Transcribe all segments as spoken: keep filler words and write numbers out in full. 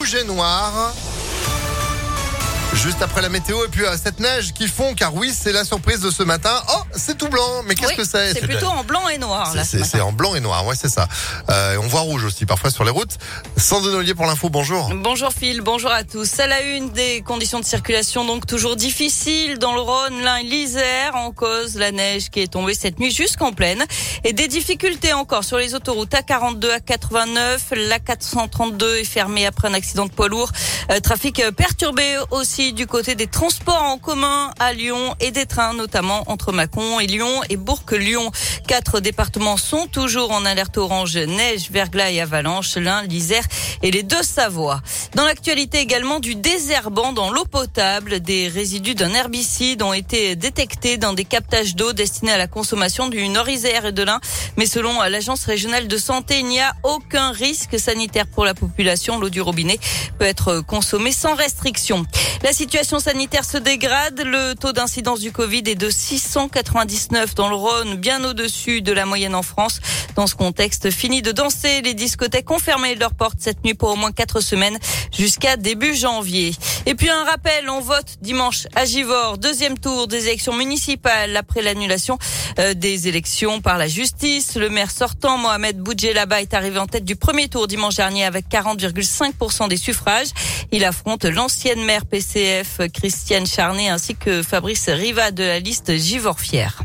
rouge et noir. Juste après la météo et puis euh, cette neige qui fond, car oui, c'est la surprise de ce matin. Oh, c'est tout blanc, mais qu'est-ce oui, que c'est C'est plutôt en blanc et noir. Là, C'est, c'est en blanc et noir, ouais, c'est ça. Euh, on voit rouge aussi parfois sur les routes. Sandrine Ollier pour l'info, bonjour. Bonjour Phil, bonjour à tous. À la une, des conditions de circulation donc toujours difficiles dans le Rhône, l'Ain et l'Isère, en cause la neige qui est tombée cette nuit jusqu'en plaine. Et des difficultés encore sur les autoroutes A quarante-deux, A quatre-vingt-neuf, l'A quatre cent trente-deux est fermée après un accident de poids lourd. Euh, trafic perturbé aussi du côté des transports en commun à Lyon et des trains, notamment entre Mâcon et Lyon et Bourg-Lyon. Quatre départements sont toujours en alerte orange neige, verglas et avalanche, l'Ain, l'Isère et les Deux-Savoie. Dans l'actualité également du désherbant dans l'eau potable, des résidus d'un herbicide ont été détectés dans des captages d'eau destinés à la consommation du Nord-Isère et de l'Ain. Mais selon l'Agence régionale de santé, il n'y a aucun risque sanitaire pour la population. L'eau du robinet peut être consommée sans restriction. La situation sanitaire se dégrade. Le taux d'incidence du Covid est de six cent quatre-vingt-dix-neuf dans le Rhône, bien au-dessus de la moyenne en France. Dans ce contexte, fini de danser. Les discothèques ont fermé leurs portes cette nuit pour au moins quatre semaines jusqu'à début janvier. Et puis un rappel, on vote dimanche à Givors. Deuxième tour des élections municipales après l'annulation euh, des élections par la justice. Le maire sortant, Mohamed Boudjelaba, est arrivé en tête du premier tour dimanche dernier avec quarante virgule cinq pour cent des suffrages. Il affronte l'ancienne maire P C F, Christiane Charnet, ainsi que Fabrice Riva de la liste Givors Fier.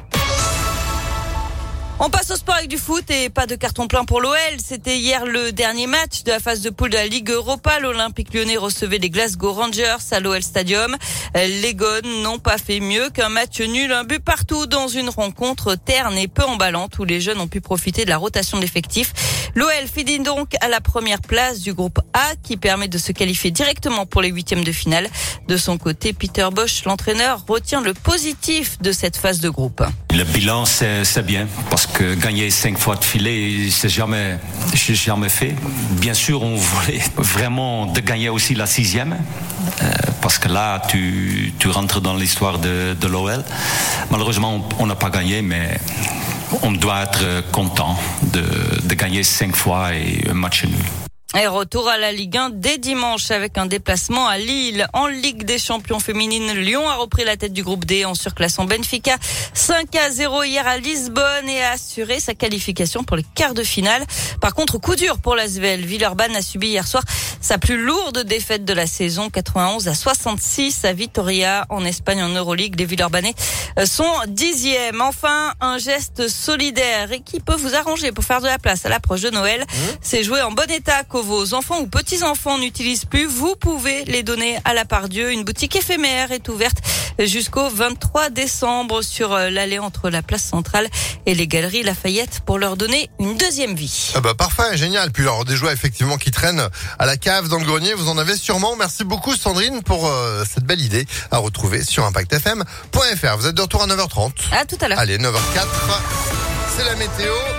On passe au sport avec du foot et pas de carton plein pour l'O L. C'était hier le dernier match de la phase de poule de la Ligue Europa. L'Olympique Lyonnais recevait les Glasgow Rangers à l'O L Stadium. Les Gones n'ont pas fait mieux qu'un match nul, un but partout dans une rencontre terne et peu emballante où les jeunes ont pu profiter de la rotation de l'effectif. L'O L finit donc à la première place du groupe A qui permet de se qualifier directement pour les huitièmes de finale. De son côté, Peter Bosz, l'entraîneur, retient le positif de cette phase de groupe. Le bilan, c'est, c'est bien parce que gagner cinq fois de filet, c'est jamais, c'est jamais fait. Bien sûr, on voulait vraiment de gagner aussi la sixième euh, parce que là, tu, tu rentres dans l'histoire de, de l'O L. Malheureusement, on n'a pas gagné, mais on doit être content de, de gagner cinq fois et un match nul. Et retour à la Ligue un dès dimanche avec un déplacement à Lille. En Ligue des champions féminines, Lyon a repris la tête du groupe D en surclassant Benfica cinq à zéro hier à Lisbonne et a assuré sa qualification pour les quarts de finale. Par contre, coup dur pour l'A S V L. Villeurbanne a subi hier soir sa plus lourde défaite de la saison, quatre-vingt-onze à soixante-six à Vitoria en Espagne en Euroleague. Les Villeurbanais sont dixièmes. Enfin, un geste solidaire et qui peut vous arranger pour faire de la place à l'approche de Noël. Mmh. C'est jouer en bon état qu'au vos enfants ou petits-enfants n'utilisent plus, vous pouvez les donner à la Part-Dieu. Une boutique éphémère est ouverte jusqu'au vingt-trois décembre sur l'allée entre la place centrale et les galeries Lafayette pour leur donner une deuxième vie. Ah bah parfait, génial. Puis alors des jouets effectivement qui traînent à la cave, dans le grenier, vous en avez sûrement. Merci beaucoup Sandrine pour euh, cette belle idée à retrouver sur impact f m point f r. Vous êtes de retour à neuf heures trente. À tout à l'heure. Allez, neuf heures zéro quatre, c'est la météo.